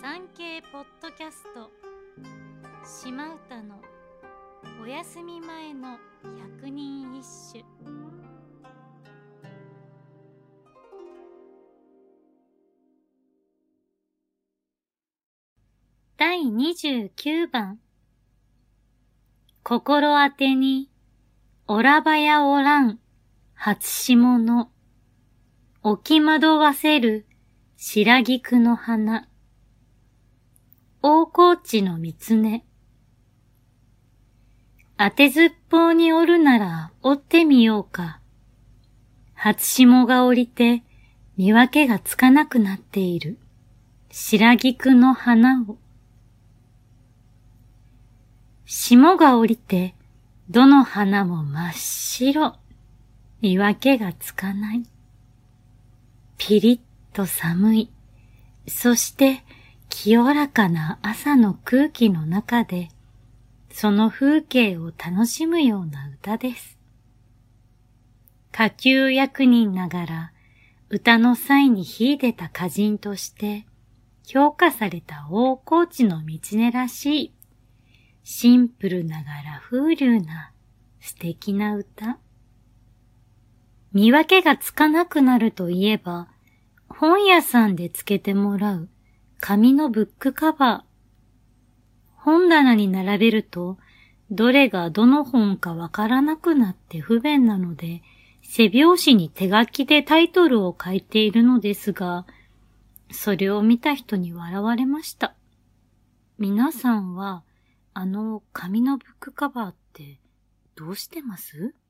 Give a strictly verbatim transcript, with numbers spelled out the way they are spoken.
産経ポッドキャスト島唄のお休み前の百人一首。だいにじゅうきゅうばん。心当てにおらばやおらん初霜の置き惑わせる白菊の花。大河内の三つね。当てずっぽうにおるなら折ってみようか。初霜が降りて見分けがつかなくなっている白菊の花を。霜が降りてどの花も真っ白。見分けがつかない。ピリッと寒い。そして清らかな朝の空気の中で、その風景を楽しむような歌です。下級役人ながら、歌の際に秀でた歌人として、評価された大河内の道音らしい、シンプルながら風流な素敵な歌。見分けがつかなくなるといえば、本屋さんでつけてもらう紙のブックカバー。本棚に並べると、どれがどの本かわからなくなって不便なので、背表紙に手書きでタイトルを書いているのですが、それを見た人に笑われました。皆さんは、あの紙のブックカバーってどうしてます？